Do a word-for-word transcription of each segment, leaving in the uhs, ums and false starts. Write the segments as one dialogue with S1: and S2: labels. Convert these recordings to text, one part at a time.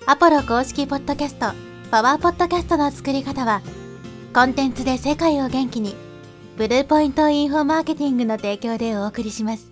S1: アポロ公式ポッドキャスト、パワーポッドキャストの作り方は、コンテンツで世界を元気に、ブルーポイントインフォマーケティングの提供でお送りします。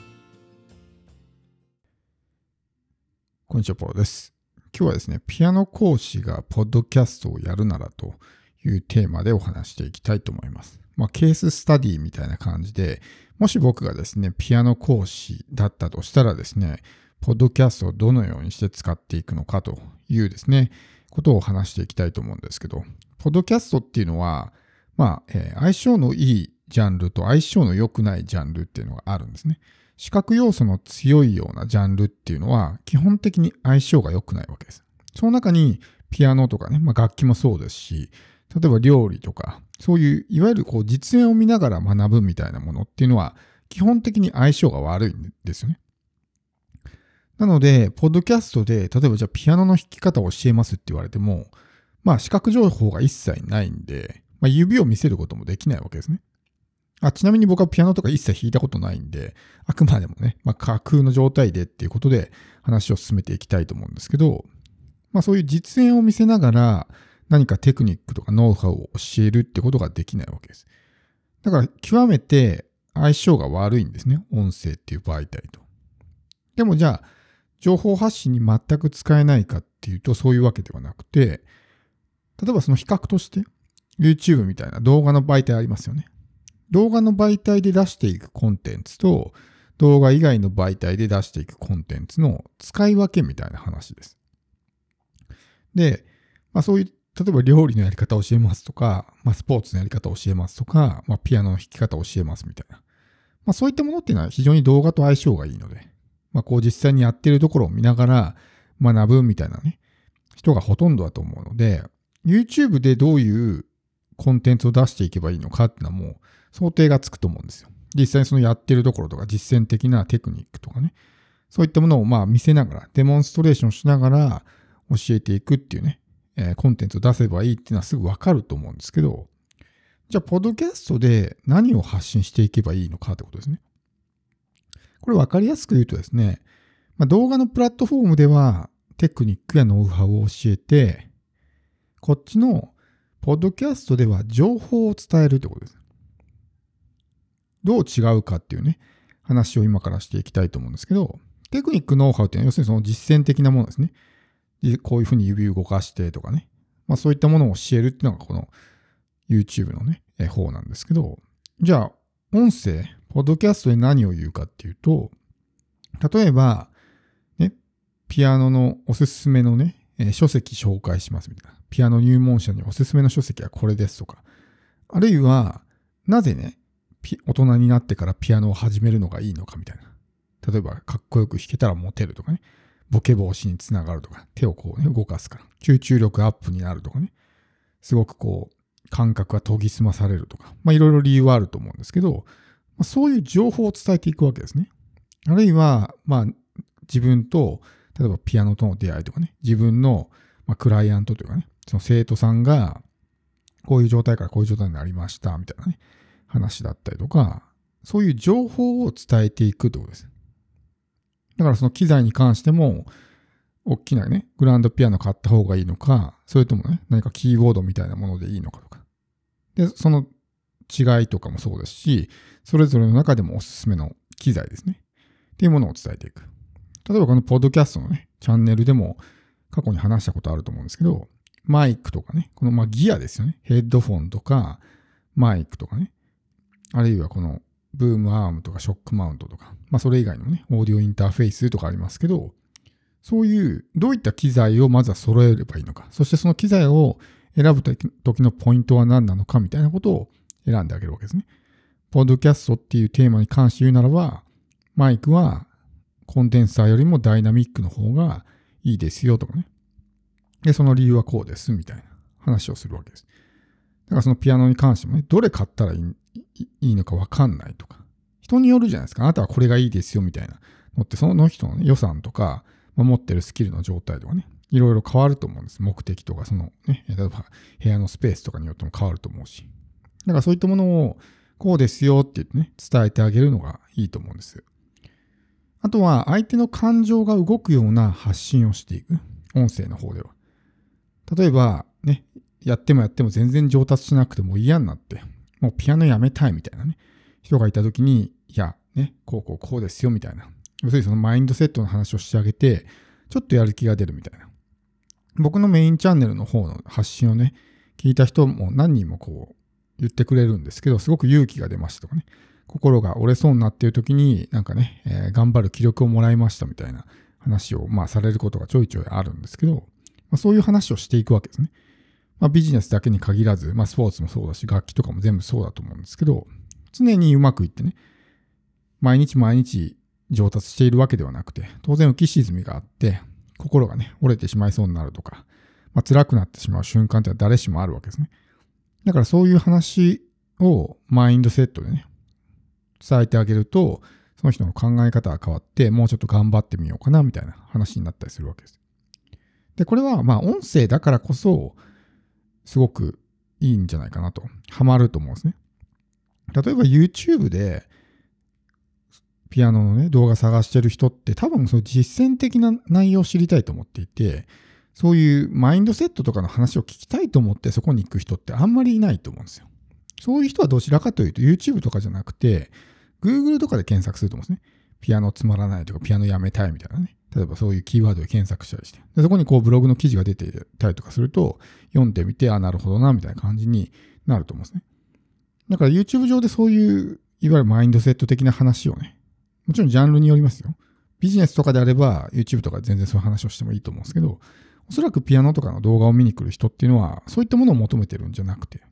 S2: こんにちは、ポロです。今日はですね、ピアノ講師がポッドキャストをやるならというテーマでお話していきたいと思います。まあ、ケーススタディみたいな感じで、もし僕がですね、ピアノ講師だったとしたらですね、ポッドキャストをどのようにして使っていくのかというですね、ことを話していきたいと思うんですけど、ポッドキャストっていうのは、まあ、えー、相性のいいジャンルと相性の良くないジャンルっていうのがあるんですね。視覚要素の強いようなジャンルっていうのは、基本的に相性が良くないわけです。その中に、ピアノとかね、まあ、楽器もそうですし、例えば料理とか、そういういわゆるこう実演を見ながら学ぶみたいなものっていうのは、基本的に相性が悪いんですよね。なので、ポッドキャストで、例えばじゃあピアノの弾き方を教えますって言われても、まあ視覚情報が一切ないんで、まあ、指を見せることもできないわけですね。あちなみに僕はピアノとか一切弾いたことないんで、あくまでもね、まあ、架空の状態でっていうことで話を進めていきたいと思うんですけど、まあそういう実演を見せながら何かテクニックとかノウハウを教えるってことができないわけです。だから極めて相性が悪いんですね。音声っていう媒体と。でもじゃあ、情報発信に全く使えないかっていうとそういうわけではなくて、例えばその比較として YouTube みたいな動画の媒体ありますよね。動画の媒体で出していくコンテンツと動画以外の媒体で出していくコンテンツの使い分けみたいな話です。で、まあそういう、例えば料理のやり方を教えますとか、まあスポーツのやり方を教えますとか、まあピアノの弾き方を教えますみたいな。まあそういったものっていうのは非常に動画と相性がいいので、まあこう実際にやっているところを見ながら学ぶみたいなね、人がほとんどだと思うので、YouTube でどういうコンテンツを出していけばいいのかっていうのはもう想定がつくと思うんですよ。実際にそのやってるところとか実践的なテクニックとかね、そういったものをまあ見せながら、デモンストレーションしながら教えていくっていうね、えー、コンテンツを出せばいいっていうのはすぐわかると思うんですけど、じゃあ、ポッドキャストで何を発信していけばいいのかってことですね。これわかりやすく言うとですね、まあ、動画のプラットフォームではテクニックやノウハウを教えて、こっちのポッドキャストでは情報を伝えるってことです。どう違うかっていうね、話を今からしていきたいと思うんですけど、テクニック、ノウハウっていうのは要するにその実践的なものですね。こういうふうに指を動かしてとかね。まあそういったものを教えるっていうのがこの YouTube のね、方なんですけど、じゃあ、音声、ポッドキャストで何を言うかっていうと、例えば、ね、ピアノのおすすめのね、書籍紹介しますみたいな。ピアノ入門者におすすめの書籍はこれですとか。あるいは、なぜね、大人になってからピアノを始めるのがいいのかみたいな。例えば、かっこよく弾けたらモテるとかね。ボケ防止につながるとか。手をこうね、動かすから。集中力アップになるとかね。すごくこう、感覚が研ぎ澄まされるとか。まあ、いろいろ理由はあると思うんですけど、まあ、そういう情報を伝えていくわけですね。あるいは、まあ、自分と、例えばピアノとの出会いとかね。自分の、まあ、クライアントというかね。その生徒さんが、こういう状態からこういう状態になりました、みたいなね。話だったりとか、そういう情報を伝えていくってことです。だからその機材に関しても、大きなね、グランドピアノ買った方がいいのか、それともね、何かキーボードみたいなものでいいのかとか。で、その違いとかもそうですし、それぞれの中でもおすすめの機材ですね。っていうものを伝えていく。例えばこのポッドキャストのね、チャンネルでも過去に話したことあると思うんですけど、マイクとかね、このまあギアですよね。ヘッドフォンとか、マイクとかね。あるいはこのブームアームとかショックマウントとか、まあそれ以外にもね、オーディオインターフェースとかありますけど、そういうどういった機材をまずは揃えればいいのか、そしてその機材を選ぶ時のポイントは何なのかみたいなことを選んであげるわけですね。ポッドキャストっていうテーマに関して言うならば、マイクはコンデンサーよりもダイナミックの方がいいですよとかね。で、その理由はこうですみたいな話をするわけです。だからそのピアノに関してもね、どれ買ったらいいいいのか分かんないとか。人によるじゃないですか。あなたはこれがいいですよみたいなのって、その人の、ね、予算とか、まあ、持ってるスキルの状態とかね、いろいろ変わると思うんです。目的とか、そのね、例えば部屋のスペースとかによっても変わると思うし。だからそういったものを、こうですよって言ってね、伝えてあげるのがいいと思うんです。あとは、相手の感情が動くような発信をしていく。 音声の方では。例えば、ね、やってもやっても全然上達しなくてもう嫌になって、もうピアノやめたいみたいなね、人がいたときに、いや、ね、こうこうこうですよみたいな。要するにそのマインドセットの話をしてあげて、ちょっとやる気が出るみたいな。僕のメインチャンネルの方の発信をね、聞いた人も何人もこう言ってくれるんですけど、すごく勇気が出ましたとかね、心が折れそうになっている時に、なんかね、えー、頑張る気力をもらいましたみたいな話を、まあ、されることがちょいちょいあるんですけど、まあ、そういう話をしていくわけですね。まあ、ビジネスだけに限らず、まあ、スポーツもそうだし、楽器とかも全部そうだと思うんですけど、常にうまくいってね、毎日毎日上達しているわけではなくて、当然浮き沈みがあって、心がね、折れてしまいそうになるとか、まあ、辛くなってしまう瞬間ってのは誰しもあるわけですね。だからそういう話をマインドセットでね、伝えてあげると、その人の考え方が変わって、もうちょっと頑張ってみようかなみたいな話になったりするわけです。で、これはまあ音声だからこそ、すごくいいんじゃないかなと、ハマると思うんですね。例えば YouTube でピアノのね、動画探してる人って多分その実践的な内容を知りたいと思っていて、そういうマインドセットとかの話を聞きたいと思ってそこに行く人ってあんまりいないと思うんですよ。そういう人はどちらかというと YouTube とかじゃなくて Google とかで検索すると思うんですね。ピアノつまらないとかピアノやめたいみたいなね。例えばそういうキーワードで検索したりして。でそこにこうブログの記事が出ていたりとかすると読んでみて、あ、なるほどなみたいな感じになると思うんですね。だから YouTube 上でそういういわゆるマインドセット的な話をね、もちろんジャンルによりますよ。ビジネスとかであれば YouTube とかで全然そういう話をしてもいいと思うんですけど、おそらくピアノとかの動画を見に来る人っていうのはそういったものを求めてるんじゃなくて、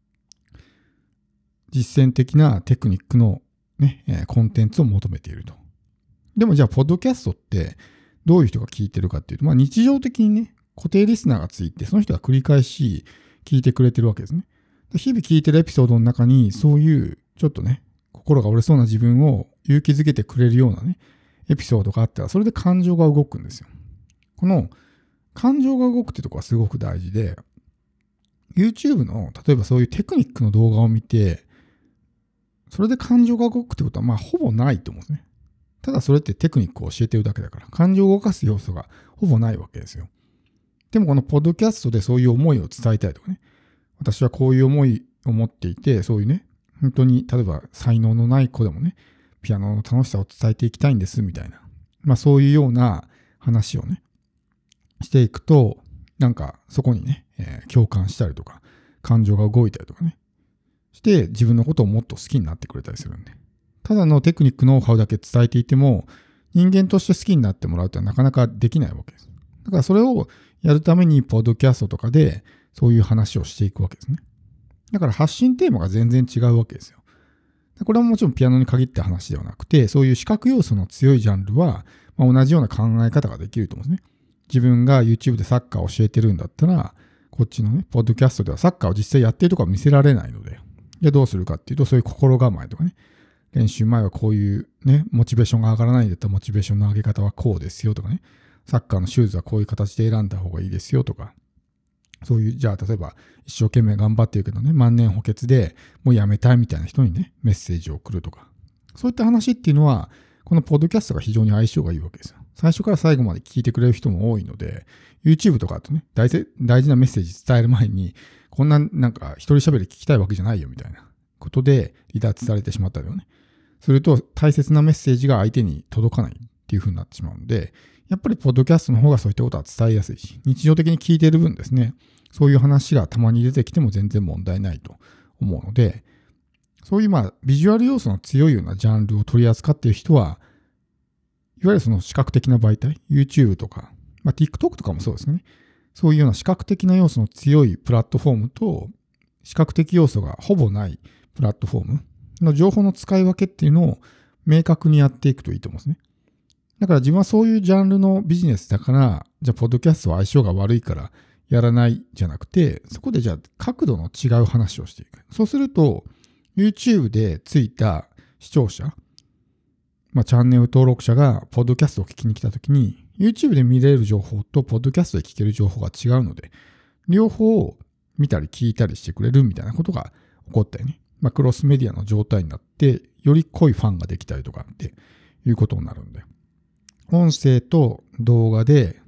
S2: 実践的なテクニックのね、えー、コンテンツを求めていると。でもじゃあ、ポッドキャストってどういう人が聞いてるかっていうと、まあ日常的にね、固定リスナーがついて、その人が繰り返し聞いてくれてるわけですね。日々聞いてるエピソードの中に、そういうちょっとね、心が折れそうな自分を勇気づけてくれるようなね、エピソードがあったら、それで感情が動くんですよ。この感情が動くってところはすごく大事で、YouTube の、例えばそういうテクニックの動画を見て、それで感情が動くってことは、まあ、ほぼないと思うんですね。ただそれってテクニックを教えてるだけだから、感情を動かす要素がほぼないわけですよ。でもこのポッドキャストでそういう思いを伝えたいとかね、私はこういう思いを持っていて、そういうね、本当に、例えば才能のない子でもね、ピアノの楽しさを伝えていきたいんですみたいな、まあそういうような話をね、していくと、なんかそこにね、えー、共感したりとか、感情が動いたりとかね、して自分のことをもっと好きになってくれたりするんで。ただのテクニックノウハウだけ伝えていても、人間として好きになってもらうってのはなかなかできないわけです。だからそれをやるために、ポッドキャストとかでそういう話をしていくわけですね。だから発信テーマが全然違うわけですよ。これはもちろんピアノに限った話ではなくて、そういう視覚要素の強いジャンルは、まあ、同じような考え方ができると思うんですね。自分が YouTube でサッカーを教えてるんだったら、こっちのね、ポッドキャストではサッカーを実際やってるとか見せられないので、じゃあどうするかっていうと、そういう心構えとかね、練習前はこういうね、モチベーションが上がらないんだったらモチベーションの上げ方はこうですよとかね、サッカーのシューズはこういう形で選んだ方がいいですよとか、そういう、じゃあ例えば一生懸命頑張ってるけどね、万年補欠でもうやめたいみたいな人にね、メッセージを送るとか、そういった話っていうのは、このポッドキャストが非常に相性がいいわけですよ。最初から最後まで聞いてくれる人も多いので、YouTube とかだとね、大事、大事なメッセージ伝える前に、こんななんか一人喋り聞きたいわけじゃないよみたいなことで離脱されてしまったりね。すると大切なメッセージが相手に届かないっていう風になってしまうので、やっぱりポッドキャストの方がそういったことは伝えやすいし、日常的に聞いている分ですね、そういう話がたまに出てきても全然問題ないと思うので、そういうまあビジュアル要素の強いようなジャンルを取り扱っている人は、いわゆるその視覚的な媒体、YouTube とか、まあ、TikTok とかもそうですよね。そういうような視覚的な要素の強いプラットフォームと、視覚的要素がほぼないプラットフォームの情報の使い分けっていうのを明確にやっていくといいと思うんですね。だから自分はそういうジャンルのビジネスだから、じゃあポッドキャストは相性が悪いからやらないじゃなくて、そこでじゃあ角度の違う話をしていく。そうすると、YouTube でついた視聴者、まあ、チャンネル登録者がポッドキャストを聞きに来たときに、YouTube で見れる情報とポッドキャストで聞ける情報が違うので、両方を見たり聞いたりしてくれるみたいなことが起こったよね。まあ、クロスメディアの状態になって、より濃いファンができたりとかっていうことになるんで。音声と動画で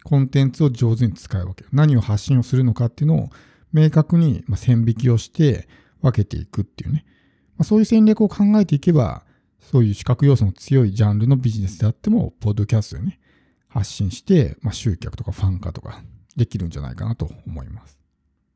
S2: コンテンツを上手に使い分ける。何を発信をするのかっていうのを明確に線引きをして分けていくっていうね。まあ、そういう戦略を考えていけば、そういう視覚要素の強いジャンルのビジネスであっても、ポッドキャストでね、発信して、まあ、集客とかファン化とかできるんじゃないかなと思います。